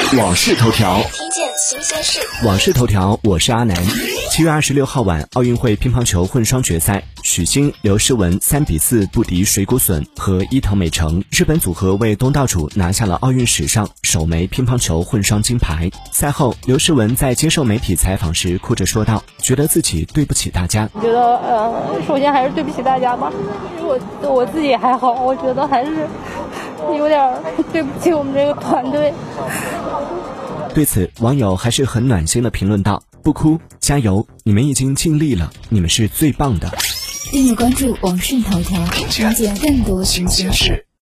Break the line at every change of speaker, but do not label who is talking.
网视头条，
听见新鲜事。
网视头条，我是阿南。7月26号晚，奥运会乒乓球混双决赛，许昕、刘诗雯3-4不敌水谷隼和伊藤美诚，日本组合为东道主拿下了奥运史上首枚乒乓球混双金牌。赛后，刘诗雯在接受媒体采访时哭着说道：“觉得自己对不起大家。”
觉得首先还是对不起大家吧，我自己还好，我觉得还是有点对不起我们这个团队。
对此，网友还是很暖心的评论道：“不哭，加油，你们已经尽力了，你们是最棒的。”
订阅关注网视头条，听见更多新鲜事。